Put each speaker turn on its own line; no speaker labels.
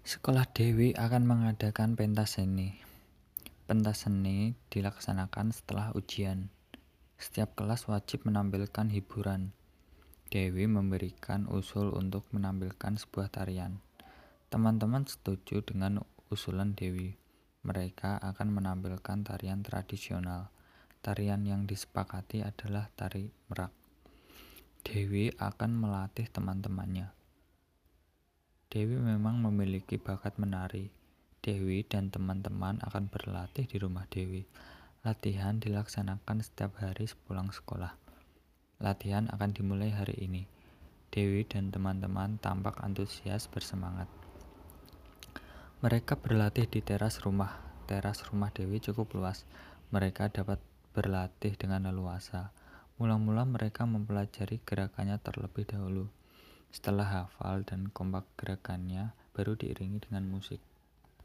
Sekolah Dewi akan mengadakan pentas seni. Pentas seni dilaksanakan setelah ujian. Setiap kelas wajib menampilkan hiburan. Dewi memberikan usul untuk menampilkan sebuah tarian. Teman-teman setuju dengan usulan Dewi. Mereka akan menampilkan tarian tradisional. Tarian yang disepakati adalah tari merak. Dewi akan melatih teman-temannya. Dewi memang memiliki bakat menari. Dewi dan teman-teman akan berlatih di rumah Dewi. Latihan dilaksanakan setiap hari sepulang sekolah. Latihan akan dimulai hari ini. Dewi dan teman-teman tampak antusias bersemangat. Mereka berlatih di teras rumah. Teras rumah Dewi cukup luas. Mereka dapat berlatih dengan leluasa. Mula-mula mereka mempelajari gerakannya terlebih dahulu. Setelah hafal dan kompak gerakannya, baru diiringi dengan musik.